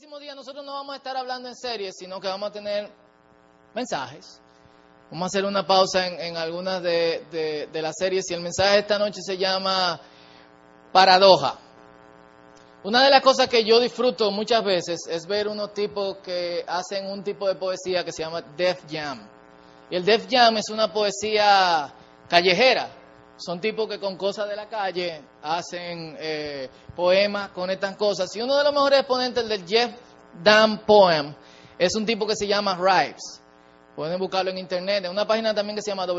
próximos días nosotros no vamos a estar hablando en series, sino que vamos a tener mensajes. Vamos a hacer una pausa en algunas de las series y el mensaje de esta noche se llama Paradoja. Una de las cosas que yo disfruto muchas veces es ver unos tipos que hacen un tipo de poesía que se llama Def Jam. Y el Def Jam es una poesía callejera. Son tipos que con cosas de la calle hacen poemas, conectan cosas. Y uno de los mejores exponentes del Def Jam Poem es un tipo que se llama Rives. Pueden buscarlo en internet. En una página también que se llama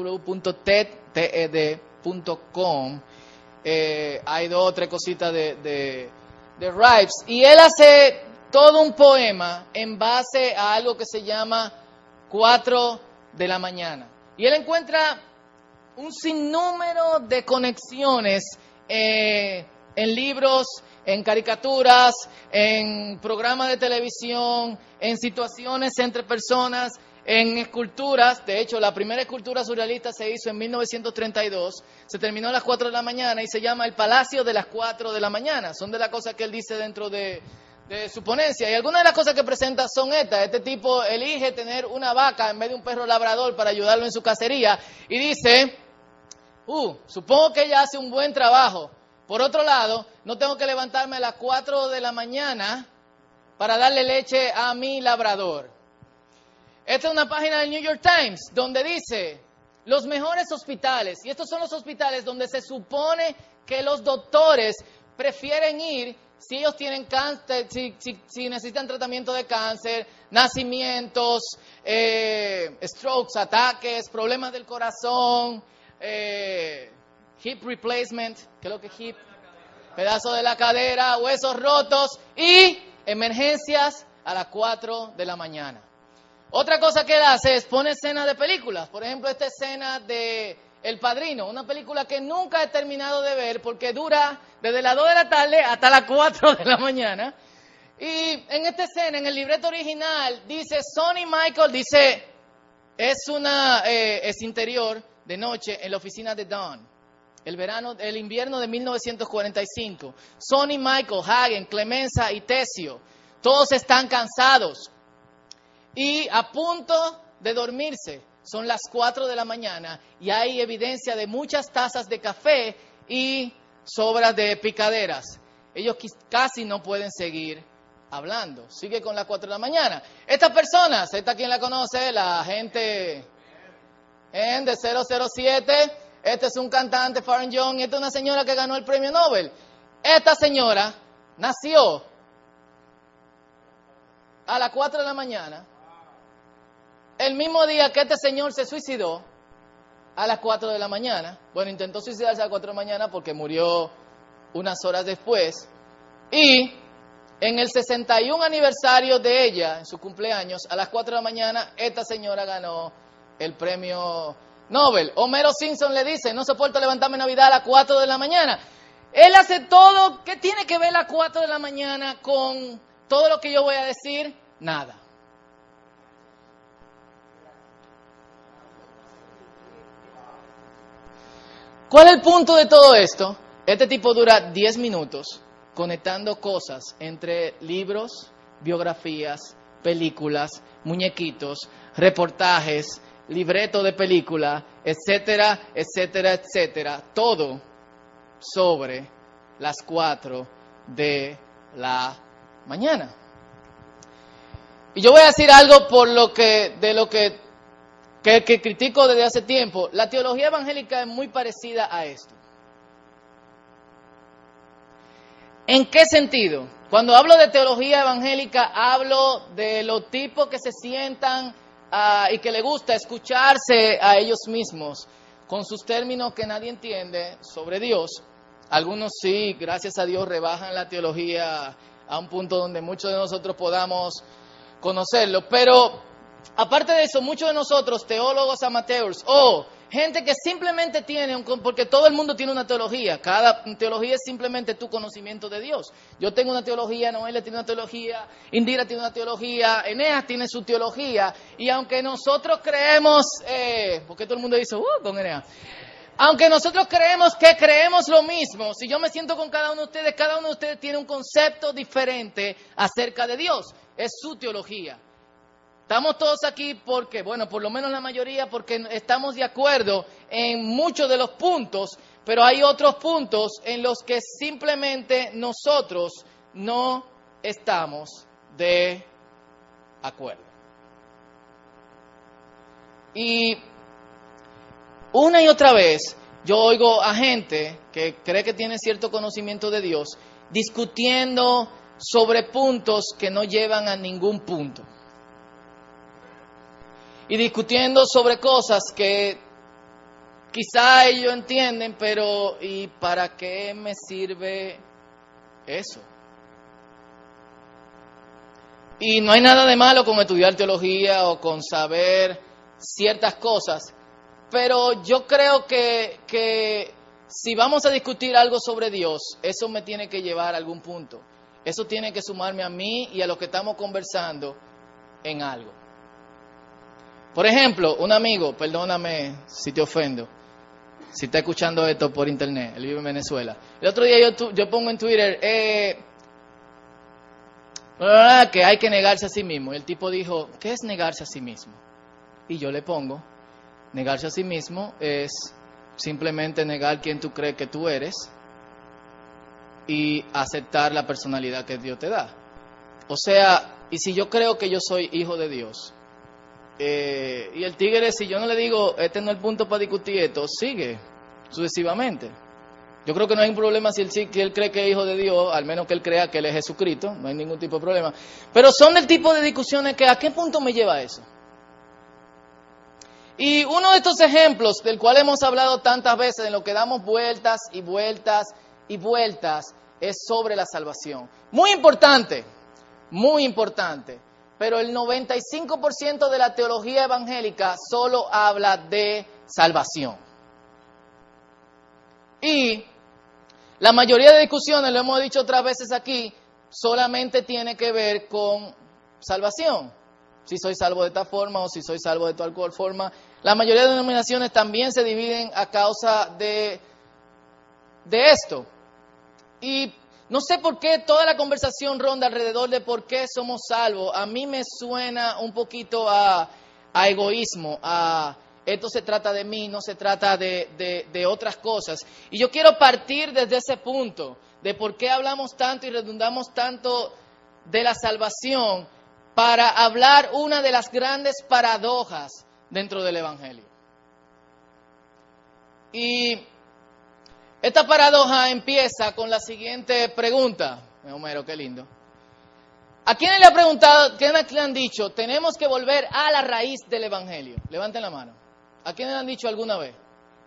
www.ted.com. Hay 2 o 3 cositas de Rives. Y él hace todo un poema en base a algo que se llama 4 de la mañana. Y él encuentra un sinnúmero de conexiones en libros, en caricaturas, en programas de televisión, en situaciones entre personas, en esculturas. De hecho, la primera escultura surrealista se hizo en 1932, se terminó a las 4 de la mañana y se llama El Palacio de las 4 de la mañana. Son de las cosas que él dice dentro de su ponencia. Y algunas de las cosas que presenta son estas. Este tipo elige tener una vaca en vez de un perro labrador para ayudarlo en su cacería y dice, supongo que ella hace un buen trabajo. Por otro lado, no tengo que levantarme a las 4 de la mañana para darle leche a mi labrador. Esta es una página del New York Times donde dice, los mejores hospitales, y estos son los hospitales donde se supone que los doctores prefieren ir si ellos tienen cáncer, si necesitan tratamiento de cáncer, nacimientos, strokes, ataques, problemas del corazón, hip replacement, ¿qué es lo que es hip? Pedazo de la cadera, huesos rotos y emergencias a las 4 de la mañana. Otra cosa que él hace es pone escenas de películas. Por ejemplo, esta escena de El Padrino, una película que nunca he terminado de ver porque dura desde las 2 de la tarde hasta las 4 de la mañana. Y en esta escena, en el libreto original, dice Sonny Michael, dice, es interior de noche en la oficina de Don. El invierno de 1945. Sonny Michael, Hagen, Clemenza y Tesio, todos están cansados y a punto de dormirse. Son las 4 de la mañana y hay evidencia de muchas tazas de café y sobras de picaderas. Ellos casi no pueden seguir hablando. Sigue con las 4 de la mañana. Estas personas, ¿esta quién la conoce? La gente de 007. Este es un cantante, Farron Young, y esta es una señora que ganó el premio Nobel. Esta señora nació a las 4 de la mañana, el mismo día que este señor se suicidó, a las 4 de la mañana. Bueno, intentó suicidarse a las 4 de la mañana porque murió unas horas después. Y en el 61 aniversario de ella, en su cumpleaños, a las 4 de la mañana, esta señora ganó el premio Nobel. Homero Simpson le dice, no soporto levantarme en Navidad a las 4 de la mañana. Él hace todo. ¿Qué tiene que ver las 4 de la mañana con todo lo que yo voy a decir? Nada. ¿Cuál es el punto de todo esto? Este tipo dura 10 minutos conectando cosas entre libros, biografías, películas, muñequitos, reportajes, libreto de película, etcétera, etcétera, etcétera. Todo sobre las 4 de la mañana. Y yo voy a decir algo de lo que critico desde hace tiempo. La teología evangélica es muy parecida a esto. ¿En qué sentido? Cuando hablo de teología evangélica, hablo de los tipos que se sientan y que les gusta escucharse a ellos mismos con sus términos que nadie entiende sobre Dios. Algunos sí, gracias a Dios, rebajan la teología a un punto donde muchos de nosotros podamos conocerlo. Pero aparte de eso, muchos de nosotros, teólogos amateurs o gente que simplemente tiene, porque todo el mundo tiene una teología, cada teología es simplemente tu conocimiento de Dios. Yo tengo una teología, Noelia tiene una teología, Indira tiene una teología, Eneas tiene su teología, y aunque nosotros creemos, porque todo el mundo dice, con Eneas, Aunque nosotros creemos lo mismo, si yo me siento con cada uno de ustedes tiene un concepto diferente acerca de Dios. Es su teología. Estamos todos aquí porque, bueno, por lo menos la mayoría, porque estamos de acuerdo en muchos de los puntos, pero hay otros puntos en los que simplemente nosotros no estamos de acuerdo. Y una y otra vez yo oigo a gente que cree que tiene cierto conocimiento de Dios discutiendo sobre puntos que no llevan a ningún punto. Y discutiendo sobre cosas que quizá ellos entienden, pero ¿y para qué me sirve eso? Y no hay nada de malo con estudiar teología o con saber ciertas cosas, pero yo creo que si vamos a discutir algo sobre Dios, eso me tiene que llevar a algún punto. Eso tiene que sumarme a mí y a lo que estamos conversando en algo. Por ejemplo, un amigo, perdóname si te ofendo, si está escuchando esto por internet, él vive en Venezuela. El otro día yo pongo en Twitter que hay que negarse a sí mismo. Y el tipo dijo, ¿qué es negarse a sí mismo? Y yo le pongo, negarse a sí mismo es simplemente negar quién tú crees que tú eres y aceptar la personalidad que Dios te da. O sea, y si yo creo que yo soy hijo de Dios, y el tigre, si yo no le digo, este no es el punto para discutir esto, sigue sucesivamente. Yo creo que no hay un problema si él cree que es hijo de Dios, al menos que él crea que él es Jesucristo, no hay ningún tipo de problema. Pero son del tipo de discusiones que ¿a qué punto me lleva eso? Y uno de estos ejemplos, del cual hemos hablado tantas veces, en lo que damos vueltas y vueltas y vueltas, es sobre la salvación. Muy importante, pero el 95% de la teología evangélica solo habla de salvación. Y la mayoría de discusiones, lo hemos dicho otras veces aquí, solamente tiene que ver con salvación. Si soy salvo de esta forma o si soy salvo de tal cual forma. La mayoría de denominaciones también se dividen a causa de esto. Y no sé por qué toda la conversación ronda alrededor de por qué somos salvos. A mí me suena un poquito a egoísmo, esto se trata de mí, no se trata de otras cosas. Y yo quiero partir desde ese punto, de por qué hablamos tanto y redundamos tanto de la salvación, para hablar una de las grandes paradojas dentro del Evangelio. Y esta paradoja empieza con la siguiente pregunta. Homero, qué lindo. ¿A quiénes le ha preguntado, quiénes le han dicho, tenemos que volver a la raíz del Evangelio? Levanten la mano. ¿A quiénes le han dicho alguna vez?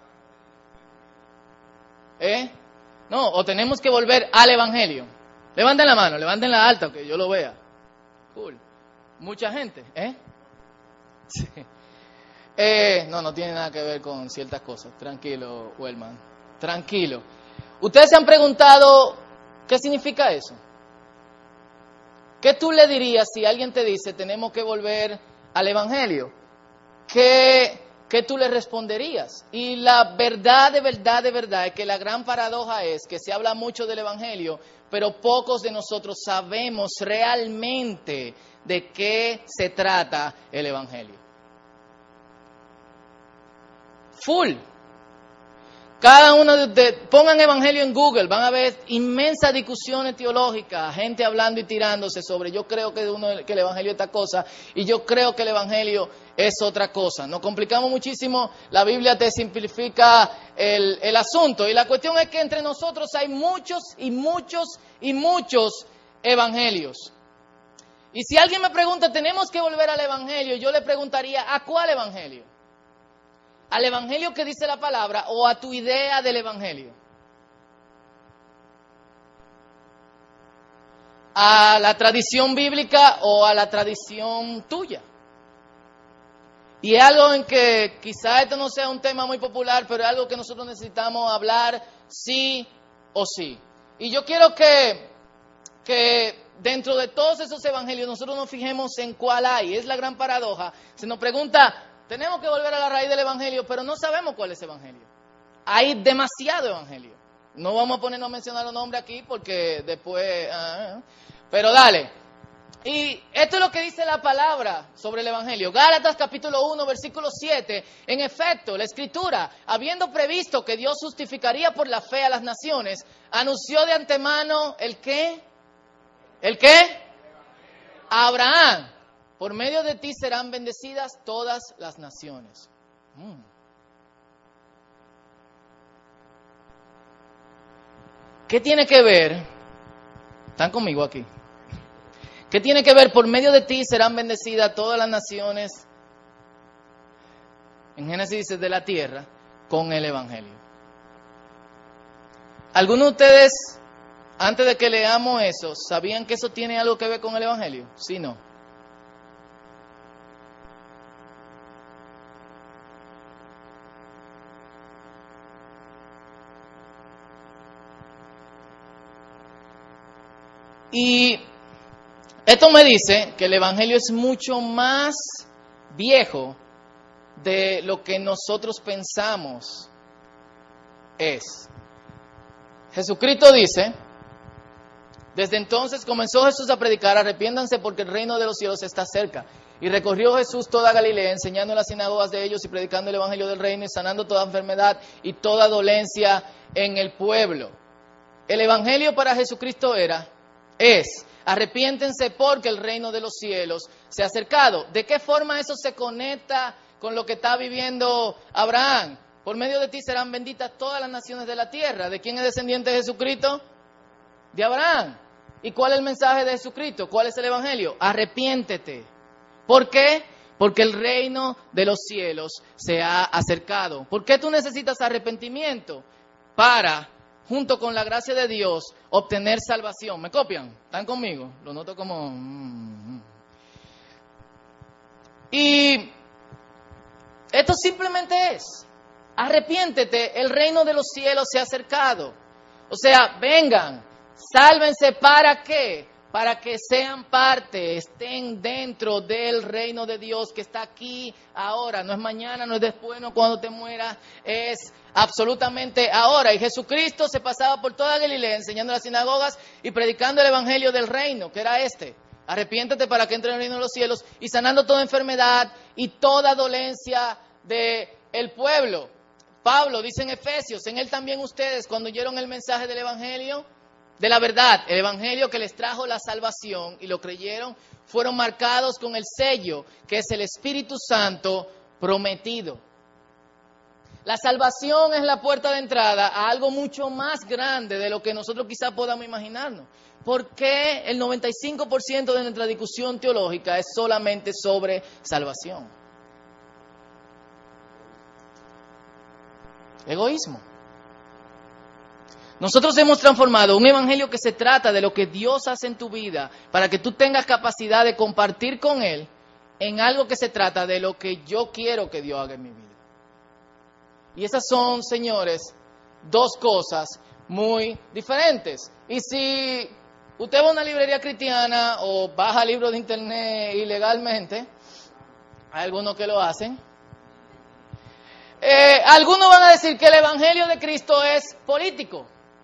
No, o tenemos que volver al Evangelio. Levanten la mano, levanten la alta, que yo lo vea. Cool. Mucha gente, Sí. No tiene nada que ver con ciertas cosas. Tranquilo, Wellman. Tranquilo. ¿Ustedes se han preguntado qué significa eso? ¿Qué tú le dirías si alguien te dice tenemos que volver al Evangelio? ¿Qué tú le responderías? Y la verdad es que la gran paradoja es que se habla mucho del Evangelio, pero pocos de nosotros sabemos realmente de qué se trata el Evangelio. Full. Cada uno de ustedes, pongan Evangelio en Google, van a ver inmensas discusiones teológicas, gente hablando y tirándose sobre yo creo que el Evangelio es esta cosa y yo creo que el Evangelio es otra cosa. Nos complicamos muchísimo, la Biblia te simplifica el asunto y la cuestión es que entre nosotros hay muchos evangelios. Y si alguien me pregunta, ¿tenemos que volver al Evangelio? Yo le preguntaría, ¿a cuál Evangelio? ¿Al Evangelio que dice la palabra o a tu idea del Evangelio? ¿A la tradición bíblica o a la tradición tuya? Y es algo en que quizá esto no sea un tema muy popular, pero es algo que nosotros necesitamos hablar sí o sí. Y yo quiero que dentro de todos esos evangelios nosotros nos fijemos en cuál hay. Es la gran paradoja. Se nos pregunta, tenemos que volver a la raíz del evangelio, pero no sabemos cuál es el evangelio. hay demasiado evangelio. No vamos a ponernos a mencionar los nombres aquí porque después... pero dale. Y esto es lo que dice la palabra sobre el evangelio. Gálatas capítulo 1, versículo 7. En efecto, la escritura, habiendo previsto que Dios justificaría por la fe a las naciones, anunció de antemano ¿el qué? ¿El qué? Abraham. Por medio de ti serán bendecidas todas las naciones. ¿Qué tiene que ver? ¿Están conmigo aquí? ¿Qué tiene que ver? Por medio de ti serán bendecidas todas las naciones, en Génesis dice, de la tierra, con el evangelio. ¿Algunos de ustedes, antes de que leamos eso, sabían que eso tiene algo que ver con el evangelio? ¿Sí o no? Y esto me dice que el evangelio es mucho más viejo de lo que nosotros pensamos es. Jesucristo dice, desde entonces comenzó Jesús a predicar, arrepiéntanse porque el reino de los cielos está cerca. Y recorrió Jesús toda Galilea, enseñando en las sinagogas de ellos y predicando el evangelio del reino y sanando toda enfermedad y toda dolencia en el pueblo. El evangelio para Jesucristo es, arrepiéntense porque el reino de los cielos se ha acercado. ¿De qué forma eso se conecta con lo que está viviendo Abraham? Por medio de ti serán benditas todas las naciones de la tierra. ¿De quién es descendiente Jesucristo? De Abraham. ¿Y cuál es el mensaje de Jesucristo? ¿Cuál es el evangelio? Arrepiéntete. ¿Por qué? Porque el reino de los cielos se ha acercado. ¿Por qué tú necesitas arrepentimiento? Para, junto con la gracia de Dios, obtener salvación. ¿Me copian? ¿Están conmigo? Lo noto como... Y esto simplemente es, arrepiéntete, el reino de los cielos se ha acercado. O sea, vengan, sálvense, ¿para qué? Para que sean parte, estén dentro del reino de Dios que está aquí ahora. No es mañana, no es después, no es cuando te mueras, es absolutamente ahora. Y Jesucristo se pasaba por toda Galilea enseñando en las sinagogas y predicando el evangelio del reino, que era este. Arrepiéntate para que entre en el reino de los cielos y sanando toda enfermedad y toda dolencia del pueblo. Pablo dice en Efesios, en él también ustedes cuando oyeron el mensaje del evangelio, de la verdad, el evangelio que les trajo la salvación y lo creyeron, fueron marcados con el sello que es el Espíritu Santo prometido. La salvación es la puerta de entrada a algo mucho más grande de lo que nosotros quizás podamos imaginarnos. ¿Por qué el 95% de nuestra discusión teológica es solamente sobre salvación? Egoísmo. Nosotros hemos transformado un evangelio que se trata de lo que Dios hace en tu vida para que tú tengas capacidad de compartir con Él en algo que se trata de lo que yo quiero que Dios haga en mi vida. Y esas son, señores, dos cosas muy diferentes. Y si usted va a una librería cristiana o baja libros de internet ilegalmente, hay algunos que lo hacen, algunos van a decir que el evangelio de Cristo es político.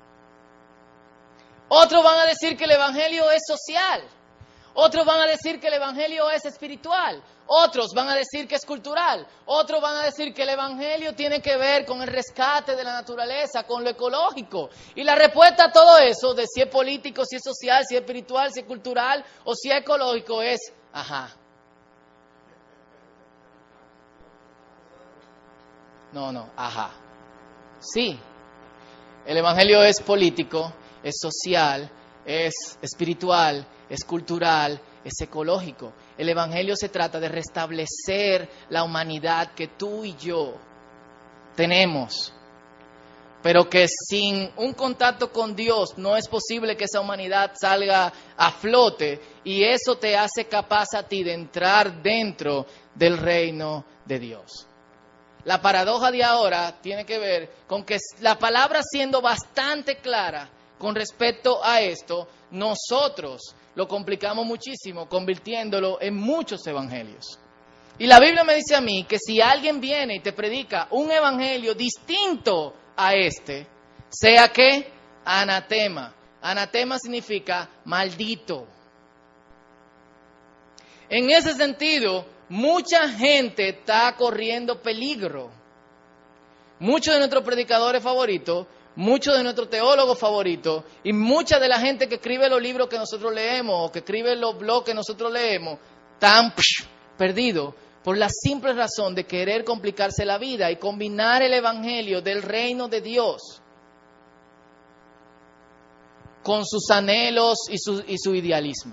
Otros van a decir que el evangelio es social. Otros van a decir que el evangelio es espiritual. Otros van a decir que es cultural. Otros van a decir que el evangelio tiene que ver con el rescate de la naturaleza, con lo ecológico. Y la respuesta a todo eso, de si es político, si es social, si es espiritual, si es cultural o si es ecológico, es ajá. No, ajá. Sí, el evangelio es político, es social, es espiritual, es cultural, es ecológico. El evangelio se trata de restablecer la humanidad que tú y yo tenemos, pero que sin un contacto con Dios no es posible que esa humanidad salga a flote, y eso te hace capaz a ti de entrar dentro del reino de Dios. La paradoja de ahora tiene que ver con que la palabra siendo bastante clara con respecto a esto, nosotros lo complicamos muchísimo, convirtiéndolo en muchos evangelios. Y la Biblia me dice a mí que si alguien viene y te predica un evangelio distinto a este, sea que anatema. Anatema significa maldito. En ese sentido, mucha gente está corriendo peligro. Muchos de nuestros predicadores favoritos, muchos de nuestros teólogos favoritos y mucha de la gente que escribe los libros que nosotros leemos o que escribe los blogs que nosotros leemos, están perdidos por la simple razón de querer complicarse la vida y combinar el evangelio del reino de Dios con sus anhelos y su idealismo.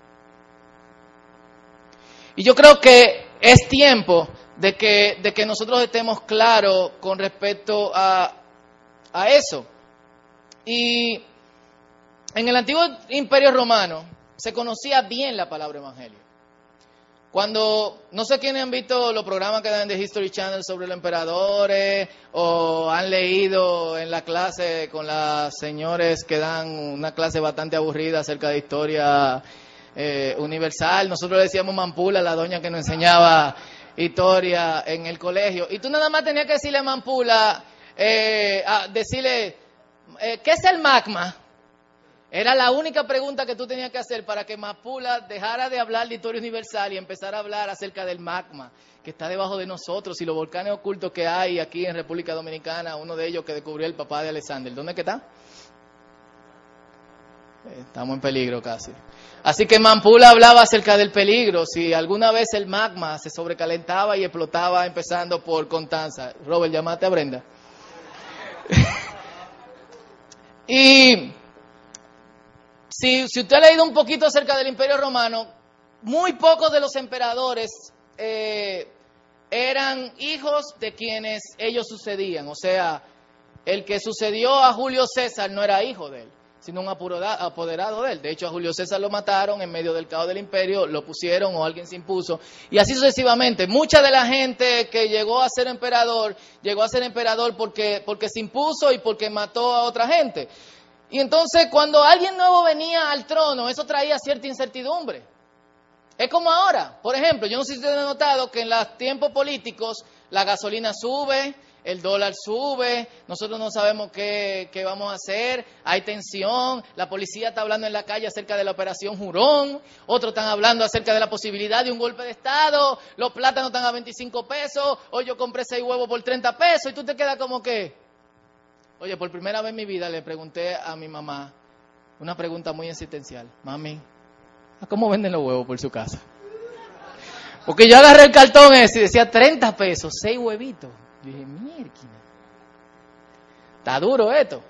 Y yo creo que es tiempo de que nosotros estemos claros con respecto a eso. Y en el antiguo Imperio Romano se conocía bien la palabra evangelio. Cuando, no sé quiénes han visto los programas que dan de History Channel sobre los emperadores o han leído en la clase con las señores que dan una clase bastante aburrida acerca de historia universal. Nosotros le decíamos Mampula, la doña que nos enseñaba historia en el colegio. Y tú nada más tenías que decirle a Mampula, decirle, ¿qué es el magma? Era la única pregunta que tú tenías que hacer para que Mampula dejara de hablar de historia universal y empezara a hablar acerca del magma que está debajo de nosotros y los volcanes ocultos que hay aquí en República Dominicana, uno de ellos que descubrió el papá de Alexander. ¿Dónde es que está? Estamos en peligro casi. Así que Mampula hablaba acerca del peligro, si alguna vez el magma se sobrecalentaba y explotaba, empezando por Constanza. Robert, llamate a Brenda. Y si usted ha leído un poquito acerca del Imperio Romano, muy pocos de los emperadores eran hijos de quienes ellos sucedían. O sea, el que sucedió a Julio César no era hijo de él, sino un apoderado de él. De hecho, a Julio César lo mataron en medio del caos del imperio, lo pusieron o alguien se impuso. Y así sucesivamente. Mucha de la gente que llegó a ser emperador porque se impuso y porque mató a otra gente. Y entonces, cuando alguien nuevo venía al trono, eso traía cierta incertidumbre. Es como ahora. Por ejemplo, yo no sé si ustedes han notado que en los tiempos políticos la gasolina sube, el dólar sube, nosotros no sabemos qué vamos a hacer, hay tensión, la policía está hablando en la calle acerca de la operación Jurón, otros están hablando acerca de la posibilidad de un golpe de Estado, los plátanos están a 25 pesos, hoy yo compré 6 huevos por 30 pesos y tú te quedas como que... Oye, por primera vez en mi vida le pregunté a mi mamá una pregunta muy existencial. Mami, ¿a cómo venden los huevos por su casa? Porque yo agarré el cartón ese y decía 30 pesos, 6 huevitos. Yo dije, mierda, está duro esto.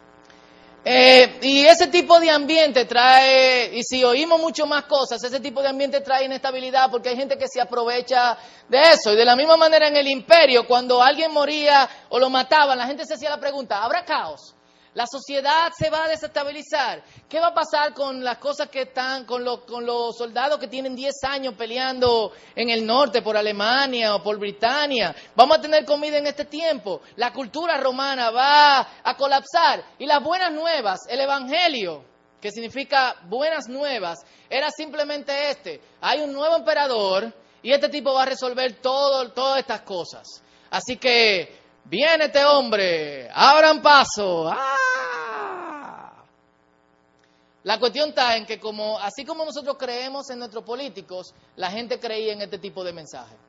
Y ese tipo de ambiente trae, y si oímos mucho más cosas, ese tipo de ambiente trae inestabilidad porque hay gente que se aprovecha de eso. Y de la misma manera en el imperio, cuando alguien moría o lo mataban, la gente se hacía la pregunta, ¿habrá caos? La sociedad se va a desestabilizar. ¿Qué va a pasar con las cosas que están, con los soldados que tienen 10 años peleando en el norte por Alemania o por Britania? ¿Vamos a tener comida en este tiempo? La cultura romana va a colapsar. Y las buenas nuevas, el evangelio, que significa buenas nuevas, era simplemente este. Hay un nuevo emperador y este tipo va a resolver todas estas cosas. Así que... viene este hombre, abran paso. ¡Ah! La cuestión está en que así como nosotros creemos en nuestros políticos, la gente creía en este tipo de mensajes.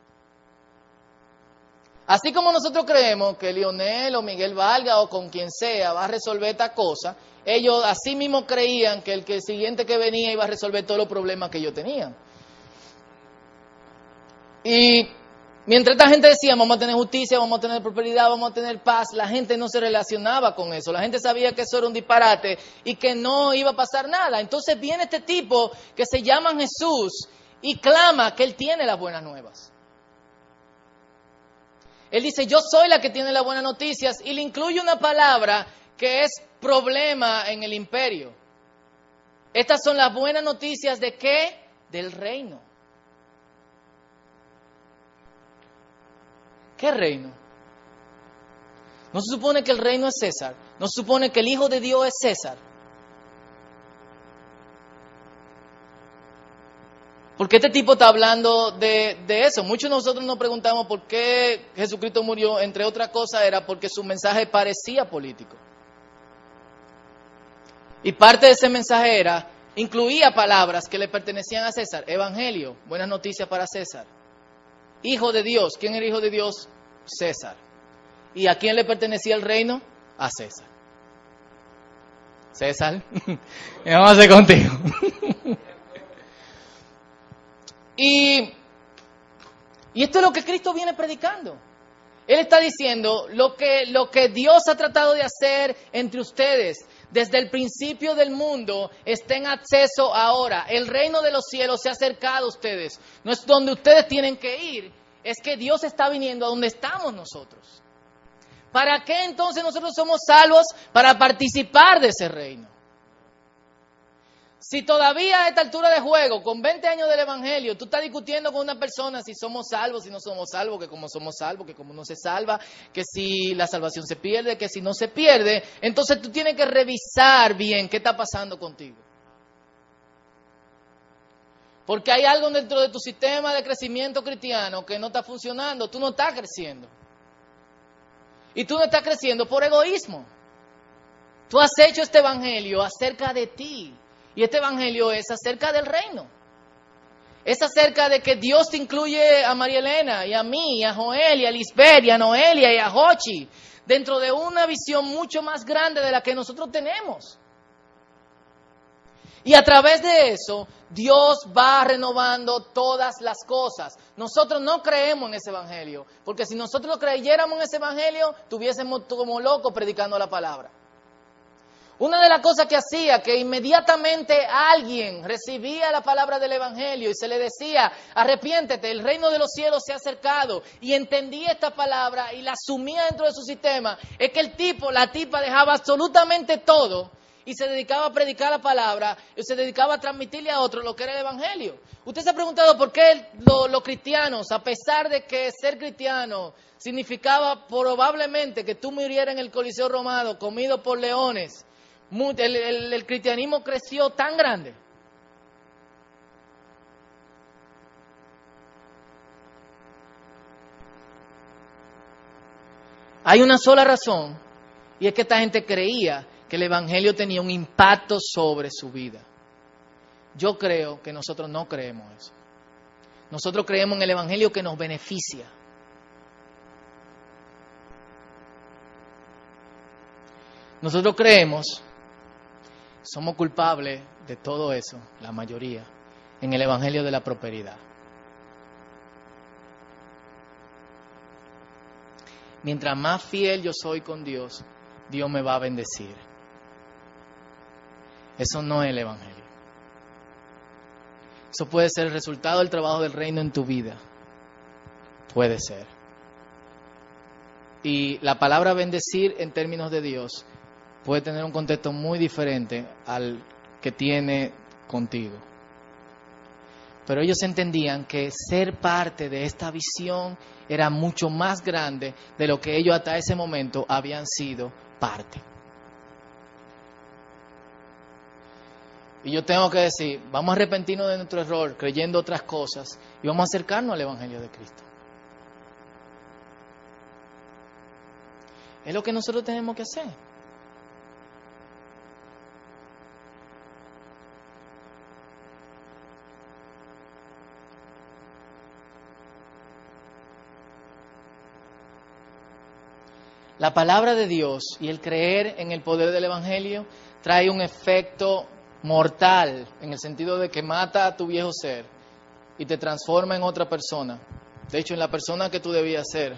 Así como nosotros creemos que Lionel o Miguel Valga o con quien sea va a resolver esta cosa, ellos así mismo creían que el siguiente que venía iba a resolver todos los problemas que ellos tenían. Y mientras esta gente decía, vamos a tener justicia, vamos a tener prosperidad, vamos a tener paz, la gente no se relacionaba con eso. La gente sabía que eso era un disparate y que no iba a pasar nada. Entonces viene este tipo que se llama Jesús y clama que él tiene las buenas nuevas. Él dice, yo soy la que tiene las buenas noticias y le incluye una palabra que es problema en el imperio. Estas son las buenas noticias ¿de qué? Del reino. ¿Qué reino? ¿No se supone que el reino es César? ¿No se supone que el Hijo de Dios es César? Porque este tipo está hablando de eso. Muchos de nosotros nos preguntamos por qué Jesucristo murió. Entre otras cosas era porque su mensaje parecía político. Y parte de ese mensaje incluía palabras que le pertenecían a César. Evangelio, buenas noticias para César. Hijo de Dios, ¿quién era hijo de Dios? César. ¿Y a quién le pertenecía el reino? A César. César, ¿qué vamos a hacer contigo? Y esto es lo que Cristo viene predicando. Él está diciendo lo que Dios ha tratado de hacer entre ustedes desde el principio del mundo está en acceso ahora. El reino de los cielos se ha acercado a ustedes. No es donde ustedes tienen que ir, es que Dios está viniendo a donde estamos nosotros. ¿Para qué entonces nosotros somos salvos? Para participar de ese reino. Si todavía a esta altura de juego, con 20 años del Evangelio, tú estás discutiendo con una persona si somos salvos, si no somos salvos, que como somos salvos, que como no se salva, que si la salvación se pierde, que si no se pierde, entonces tú tienes que revisar bien qué está pasando contigo. Porque hay algo dentro de tu sistema de crecimiento cristiano que no está funcionando, tú no estás creciendo. Y tú no estás creciendo por egoísmo. Tú has hecho este Evangelio acerca de ti. Y este evangelio es acerca del reino. Es acerca de que Dios te incluye a María Elena y a mí, y a Joel, y a Lisbeth, y a Noelia, y a Jochi, dentro de una visión mucho más grande de la que nosotros tenemos. Y a través de eso, Dios va renovando todas las cosas. Nosotros no creemos en ese evangelio, porque si nosotros creyéramos en ese evangelio, estuviésemos como locos predicando la palabra. Una de las cosas que hacía, que inmediatamente alguien recibía la palabra del Evangelio y se le decía, arrepiéntete, el reino de los cielos se ha acercado, y entendía esta palabra y la asumía dentro de su sistema, es que la tipa dejaba absolutamente todo y se dedicaba a predicar la palabra y se dedicaba a transmitirle a otros lo que era el Evangelio. Usted se ha preguntado por qué los cristianos, a pesar de que ser cristiano significaba probablemente que tú murieras en el Coliseo Romano comido por leones, el cristianismo creció tan grande. Hay una sola razón, y es que esta gente creía que el evangelio tenía un impacto sobre su vida. Yo creo que nosotros no creemos eso. Nosotros creemos en el evangelio que nos beneficia. Nosotros creemos, somos culpables de todo eso, la mayoría, en el evangelio de la prosperidad. Mientras más fiel yo soy con Dios, Dios me va a bendecir. Eso no es el evangelio. Eso puede ser el resultado del trabajo del reino en tu vida. Puede ser. Y la palabra bendecir en términos de Dios puede tener un contexto muy diferente al que tiene contigo. Pero ellos entendían que ser parte de esta visión era mucho más grande de lo que ellos hasta ese momento habían sido parte. Y yo tengo que decir, vamos a arrepentirnos de nuestro error creyendo otras cosas y vamos a acercarnos al Evangelio de Cristo. Es lo que nosotros tenemos que hacer. La palabra de Dios y el creer en el poder del Evangelio trae un efecto mortal, en el sentido de que mata a tu viejo ser y te transforma en otra persona. De hecho, en la persona que tú debías ser.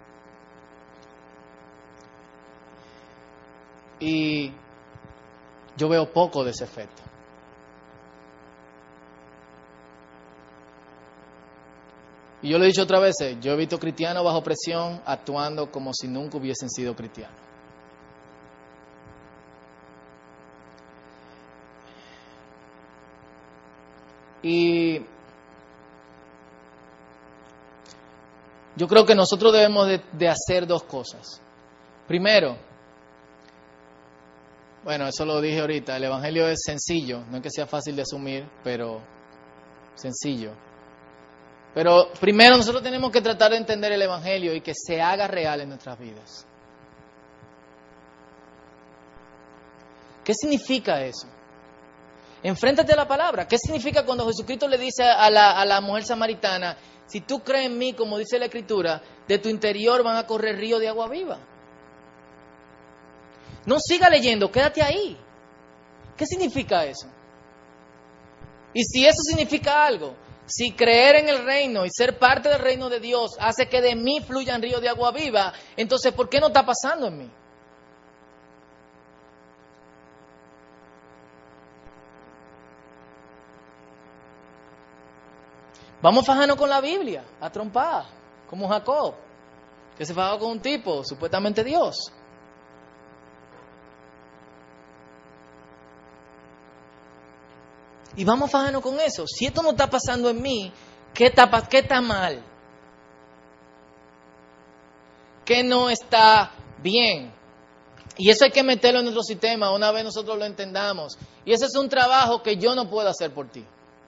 Y yo veo poco de ese efecto. Y yo lo he dicho otras veces, yo he visto cristianos bajo presión actuando como si nunca hubiesen sido cristianos. Y yo creo que nosotros debemos de hacer dos cosas. Primero, bueno, eso lo dije ahorita, el Evangelio es sencillo, no es que sea fácil de asumir, pero Sencillo. Pero primero nosotros tenemos que tratar de entender el Evangelio y que se haga real en nuestras vidas. ¿Qué significa eso? Enfréntate a la palabra. ¿Qué significa cuando Jesucristo le dice a la mujer samaritana, si tú crees en mí, como dice la Escritura, de tu interior van a correr ríos de agua viva? No siga leyendo, quédate ahí. ¿Qué significa eso? Y si eso significa algo, si creer en el reino y ser parte del reino de Dios hace que de mí fluyan ríos de agua viva, entonces ¿por qué no está pasando en mí? Vamos a fajarnos con la Biblia, a trompar, como Jacob, que se fajó con un tipo, supuestamente Dios. Y vamos a fajarnos con eso. Si esto no está pasando en mí, ¿qué está mal? ¿Qué no está bien? Y eso hay que meterlo en nuestro sistema una vez nosotros lo entendamos. Y ese es un trabajo que yo no puedo hacer por ti.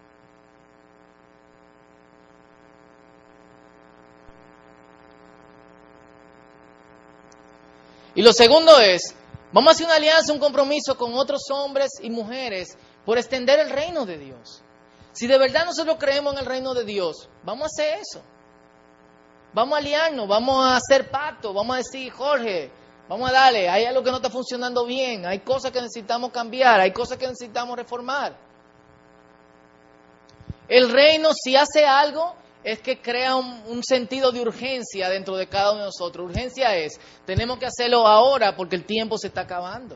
Y lo segundo es, vamos a hacer una alianza, un compromiso con otros hombres y mujeres por extender el reino de Dios. Si de verdad nosotros creemos en el reino de Dios, vamos a hacer eso. Vamos a aliarnos, vamos a hacer pacto, vamos a decir, Jorge, vamos a darle, hay algo que no está funcionando bien, hay cosas que necesitamos cambiar, hay cosas que necesitamos reformar. El reino, si hace algo, es que crea un sentido de urgencia dentro de cada uno de nosotros. Urgencia es, tenemos que hacerlo ahora porque el tiempo se está acabando.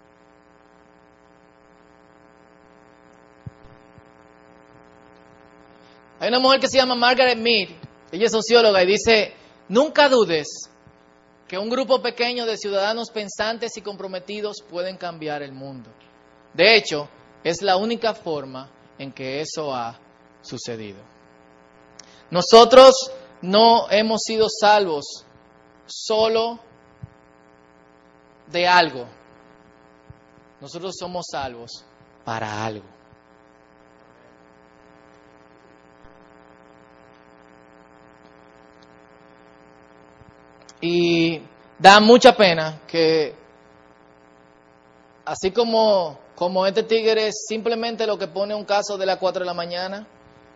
Hay una mujer que se llama Margaret Mead, ella es socióloga y dice, nunca dudes que un grupo pequeño de ciudadanos pensantes y comprometidos pueden cambiar el mundo. De hecho, es la única forma en que eso ha sucedido. Nosotros no hemos sido salvos solo de algo. Nosotros somos salvos para algo. Y da mucha pena que, así como este tigre es simplemente lo que pone un caso de las 4 de la mañana,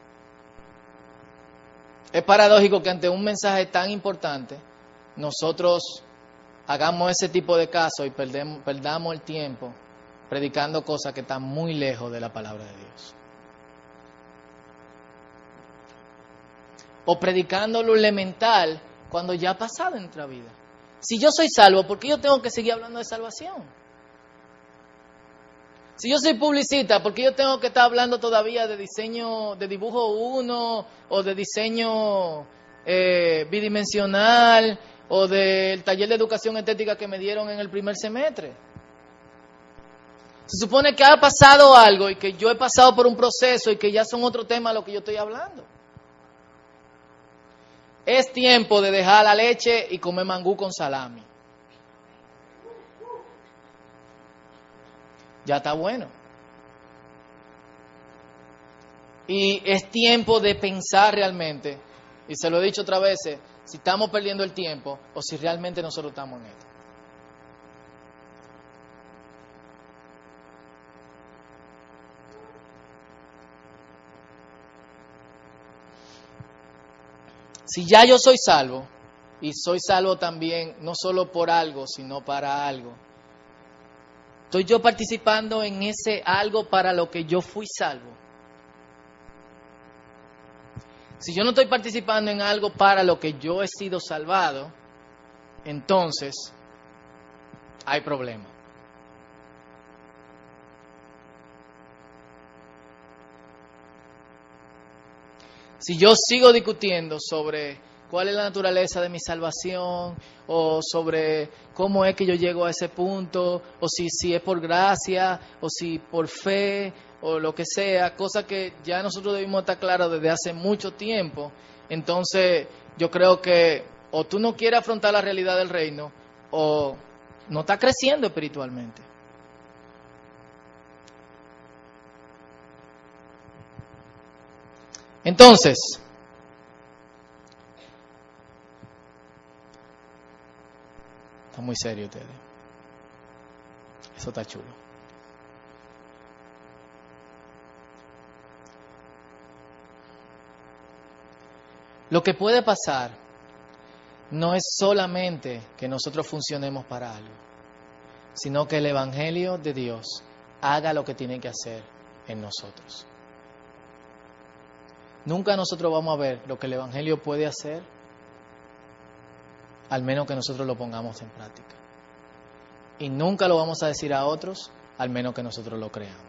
es paradójico que ante un mensaje tan importante nosotros hagamos ese tipo de caso y perdamos el tiempo predicando cosas que están muy lejos de la palabra de Dios. O predicando lo elemental cuando ya ha pasado en nuestra vida. Si yo soy salvo, ¿por qué yo tengo que seguir hablando de salvación? Si yo soy publicista, ¿por qué yo tengo que estar hablando todavía de diseño, de dibujo 1 o de diseño bidimensional o del taller de educación estética que me dieron en el primer semestre? Se supone que ha pasado algo y que yo he pasado por un proceso y que ya son otro tema a lo que yo estoy hablando. Es tiempo de dejar la leche y comer mangú con salami. Ya está bueno. Y es tiempo de pensar realmente, y se lo he dicho otras veces, si estamos perdiendo el tiempo o si realmente nosotros estamos en esto. Si ya yo soy salvo, y soy salvo también no solo por algo, sino para algo, ¿estoy yo participando en ese algo para lo que yo fui salvo? Si yo no estoy participando en algo para lo que yo he sido salvado, entonces hay problema. Si yo sigo discutiendo sobre cuál es la naturaleza de mi salvación, o sobre cómo es que yo llego a ese punto, o si es por gracia, o si por fe, o lo que sea, cosa que ya nosotros debimos estar claros desde hace mucho tiempo, entonces yo creo que o tú no quieres afrontar la realidad del reino, o no estás creciendo espiritualmente. Entonces, está muy serio ustedes. Eso está chulo. Lo que puede pasar no es solamente que nosotros funcionemos para algo, sino que el Evangelio de Dios haga lo que tiene que hacer en nosotros. Nunca nosotros vamos a ver lo que el Evangelio puede hacer, al menos que nosotros lo pongamos en práctica. Y nunca lo vamos a decir a otros, al menos que nosotros lo creamos.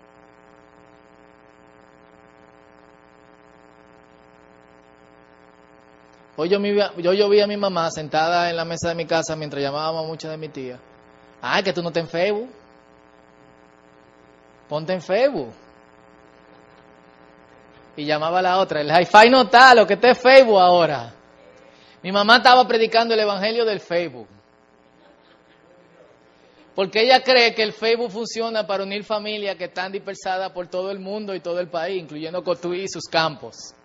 Hoy yo vi a mi mamá sentada en la mesa de mi casa mientras llamábamos a muchas de mis tías. Ah, que tú no estás en Facebook. Ponte en Facebook. Y llamaba a la otra. El hi-fi no está, lo que está es Facebook ahora. Mi mamá estaba predicando el evangelio del Facebook. Porque ella cree que el Facebook funciona para unir familias que están dispersadas por todo el mundo y todo el país, incluyendo Cotuí y sus campos.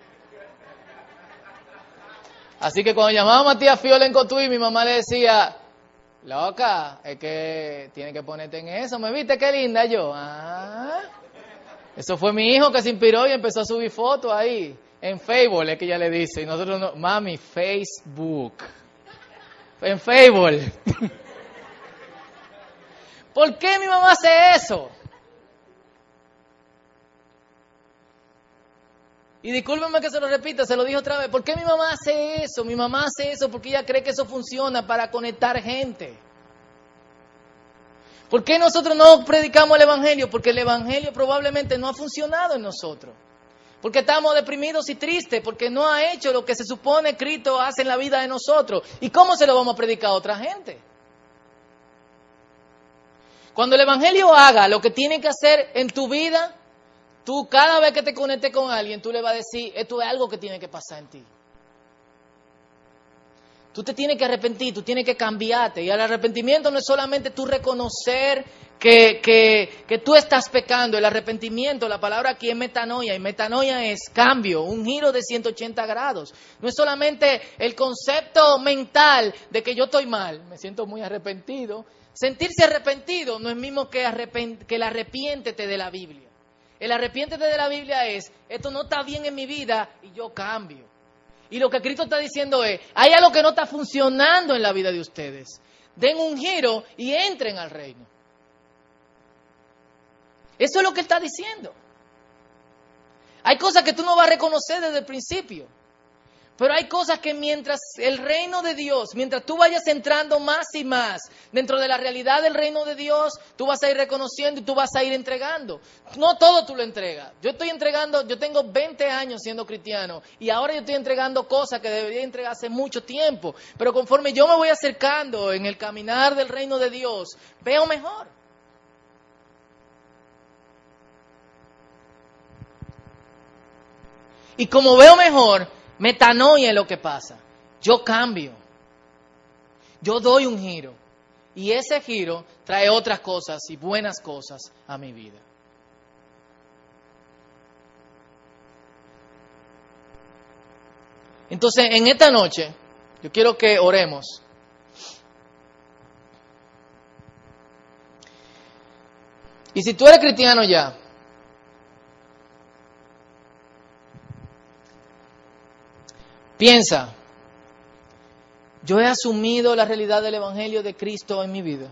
Así que cuando llamábamos a tía Fiola en Cotuí, mi mamá le decía, loca, es que tienes que ponerte en eso. ¿Me viste qué linda yo? Ah, eso fue mi hijo que se inspiró y empezó a subir fotos ahí. En Facebook es que ella le dice. Y nosotros no, mami, Facebook. En Facebook. ¿Por qué mi mamá hace eso? Y discúlpenme que se lo repita, se lo dije otra vez. ¿Por qué mi mamá hace eso? Mi mamá hace eso porque ella cree que eso funciona para conectar gente. ¿Por qué nosotros no predicamos el Evangelio? Porque el Evangelio probablemente no ha funcionado en nosotros. Porque estamos deprimidos y tristes, porque no ha hecho lo que se supone Cristo hace en la vida de nosotros. ¿Y cómo se lo vamos a predicar a otra gente? Cuando el Evangelio haga lo que tiene que hacer en tu vida, tú cada vez que te conectes con alguien, tú le vas a decir, esto es algo que tiene que pasar en ti. Tú te tienes que arrepentir, tú tienes que cambiarte. Y el arrepentimiento no es solamente tú reconocer que tú estás pecando. El arrepentimiento, la palabra aquí es metanoia, y metanoia es cambio, un giro de 180 grados. No es solamente el concepto mental de que yo estoy mal, me siento muy arrepentido. Sentirse arrepentido no es mismo que el arrepiéntete de la Biblia. El arrepiéntete de la Biblia es, esto no está bien en mi vida y yo cambio. Y lo que Cristo está diciendo es, hay algo que no está funcionando en la vida de ustedes. Den un giro y entren al reino. Eso es lo que Él está diciendo. Hay cosas que tú no vas a reconocer desde el principio. Pero hay cosas que mientras el reino de Dios, mientras tú vayas entrando más y más dentro de la realidad del reino de Dios, tú vas a ir reconociendo y tú vas a ir entregando. No todo tú lo entregas. Yo tengo 20 años siendo cristiano y ahora yo estoy entregando cosas que debería entregar hace mucho tiempo. Pero conforme yo me voy acercando en el caminar del reino de Dios, veo mejor. Y como veo mejor, metanoia es lo que pasa. Yo cambio. Yo doy un giro. Y ese giro trae otras cosas y buenas cosas a mi vida. Entonces, en esta noche, yo quiero que oremos. Y si tú eres cristiano ya, piensa, yo he asumido la realidad del Evangelio de Cristo en mi vida.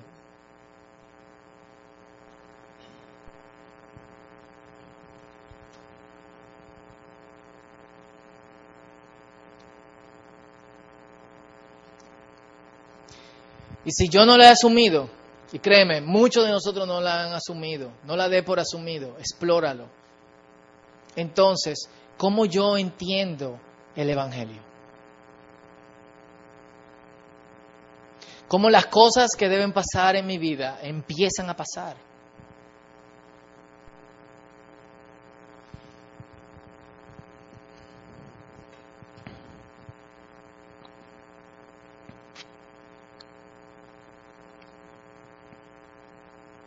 Y si yo no la he asumido, y créeme, muchos de nosotros no la han asumido, no la dé por asumido, explóralo. Entonces, ¿cómo yo entiendo el Evangelio? ¿Cómo las cosas que deben pasar en mi vida empiezan a pasar?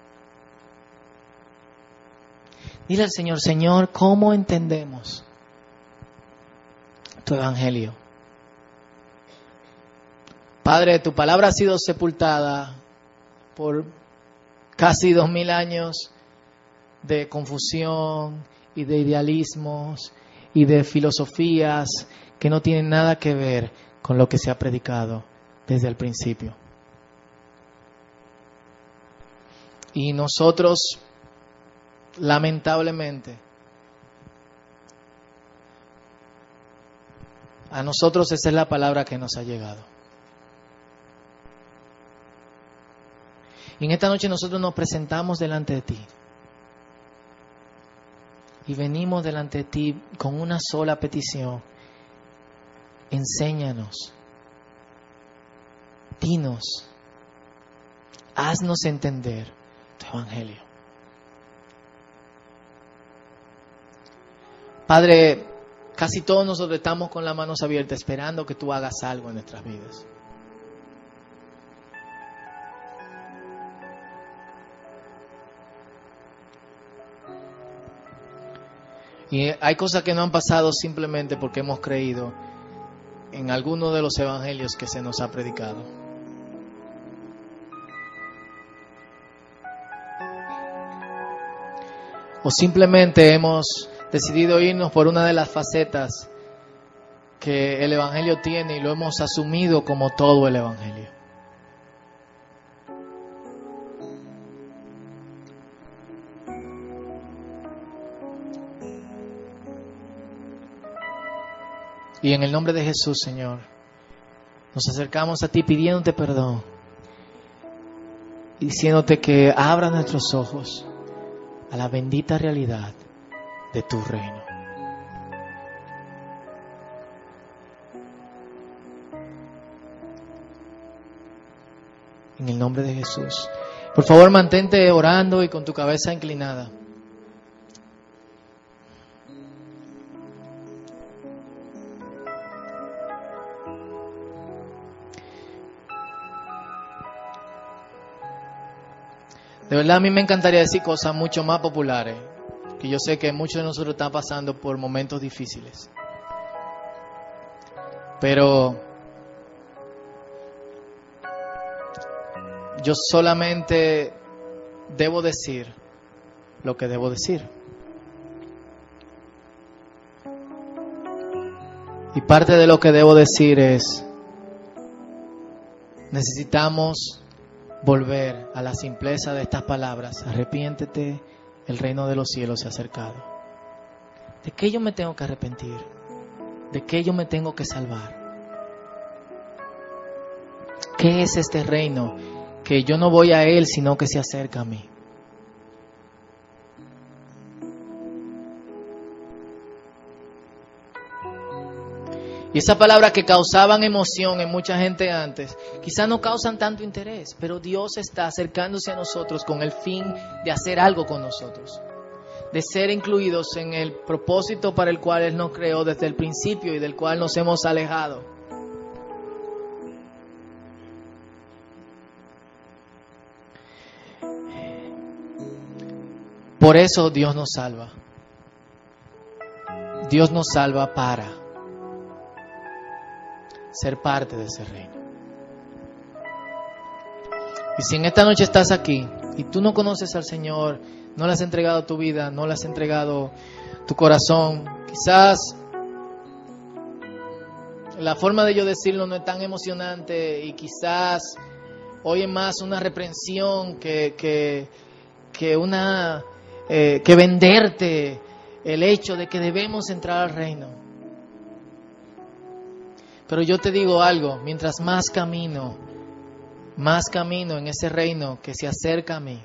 Dile al Señor, Señor, ¿cómo entendemos tu evangelio. Padre, tu palabra ha sido sepultada por casi 2000 años de confusión y de idealismos y de filosofías que no tienen nada que ver con lo que se ha predicado desde el principio. Y nosotros, lamentablemente, a nosotros esa es la palabra que nos ha llegado. Y en esta noche nosotros nos presentamos delante de ti. Y venimos delante de ti con una sola petición. Enséñanos. Dinos. Haznos entender tu evangelio. Padre, casi todos nosotros estamos con las manos abiertas esperando que tú hagas algo en nuestras vidas. Y hay cosas que no han pasado simplemente porque hemos creído en alguno de los evangelios que se nos ha predicado. O simplemente hemos decidido irnos por una de las facetas que el evangelio tiene y lo hemos asumido como todo el evangelio. Y en el nombre de Jesús, Señor, nos acercamos a ti pidiéndote perdón y diciéndote que abra nuestros ojos a la bendita realidad de tu reino. En el nombre de Jesús. Por favor, mantente orando y con tu cabeza inclinada. De verdad a mí me encantaría decir cosas mucho más populares, que yo sé que muchos de nosotros están pasando por momentos difíciles. Pero yo solamente debo decir lo que debo decir. Y parte de lo que debo decir es, necesitamos volver a la simpleza de estas palabras. Arrepiéntete, el reino de los cielos se ha acercado. ¿De qué yo me tengo que arrepentir? ¿De qué yo me tengo que salvar? ¿Qué es este reino? Que yo no voy a él, sino que se acerca a mí. Y esas palabras que causaban emoción en mucha gente antes, quizás no causan tanto interés, pero Dios está acercándose a nosotros con el fin de hacer algo con nosotros, de ser incluidos en el propósito para el cual Él nos creó desde el principio y del cual nos hemos alejado. Por eso Dios nos salva. Dios nos salva para ser parte de ese reino. Y si en esta noche estás aquí y tú no conoces al Señor, no le has entregado tu vida, no le has entregado tu corazón, quizás la forma de yo decirlo no es tan emocionante y quizás oye más una reprensión que venderte el hecho de que debemos entrar al reino. Pero yo te digo algo, mientras más camino en ese reino que se acerca a mí,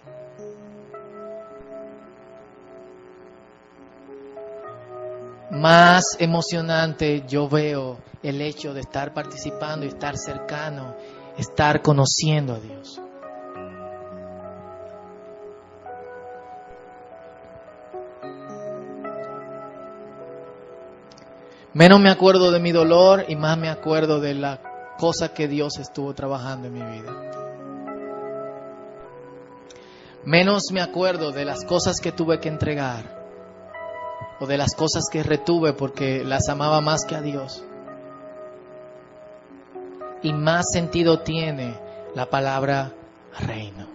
más emocionante yo veo el hecho de estar participando y estar cercano, estar conociendo a Dios. Menos me acuerdo de mi dolor y más me acuerdo de la cosa que Dios estuvo trabajando en mi vida. Menos me acuerdo de las cosas que tuve que entregar o de las cosas que retuve porque las amaba más que a Dios. Y más sentido tiene la palabra reino.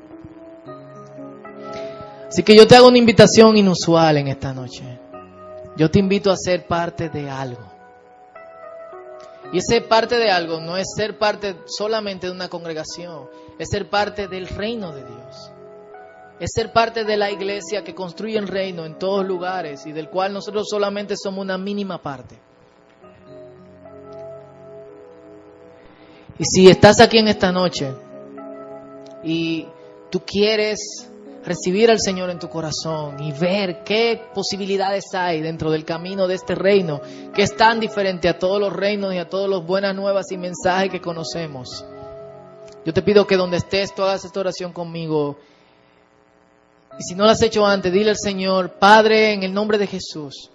Así que yo te hago una invitación inusual en esta noche. Yo te invito a ser parte de algo. Y ese parte de algo no es ser parte solamente de una congregación, es ser parte del reino de Dios. Es ser parte de la iglesia que construye el reino en todos lugares y del cual nosotros solamente somos una mínima parte. Y si estás aquí en esta noche y tú quieres recibir al Señor en tu corazón y ver qué posibilidades hay dentro del camino de este reino, que es tan diferente a todos los reinos y a todas las buenas nuevas y mensajes que conocemos, yo te pido que donde estés tú hagas esta oración conmigo. Y si no lo has hecho antes, dile al Señor: Padre, en el nombre de Jesús,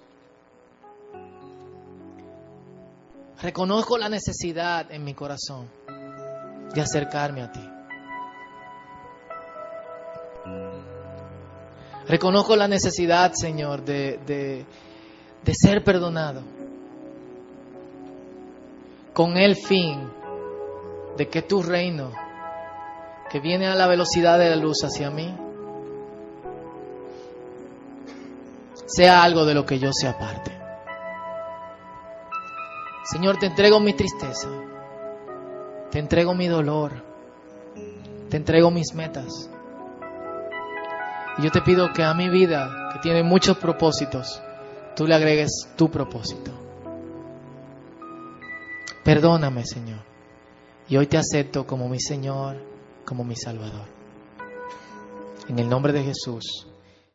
reconozco la necesidad en mi corazón de acercarme a ti. Reconozco la necesidad, Señor, de ser perdonado, con el fin de que tu reino, que viene a la velocidad de la luz hacia mí, sea algo de lo que yo sea parte. Señor, te entrego mi tristeza, te entrego mi dolor, te entrego mis metas. Y yo te pido que a mi vida, que tiene muchos propósitos, tú le agregues tu propósito. Perdóname, Señor. Y hoy te acepto como mi Señor, como mi Salvador. En el nombre de Jesús.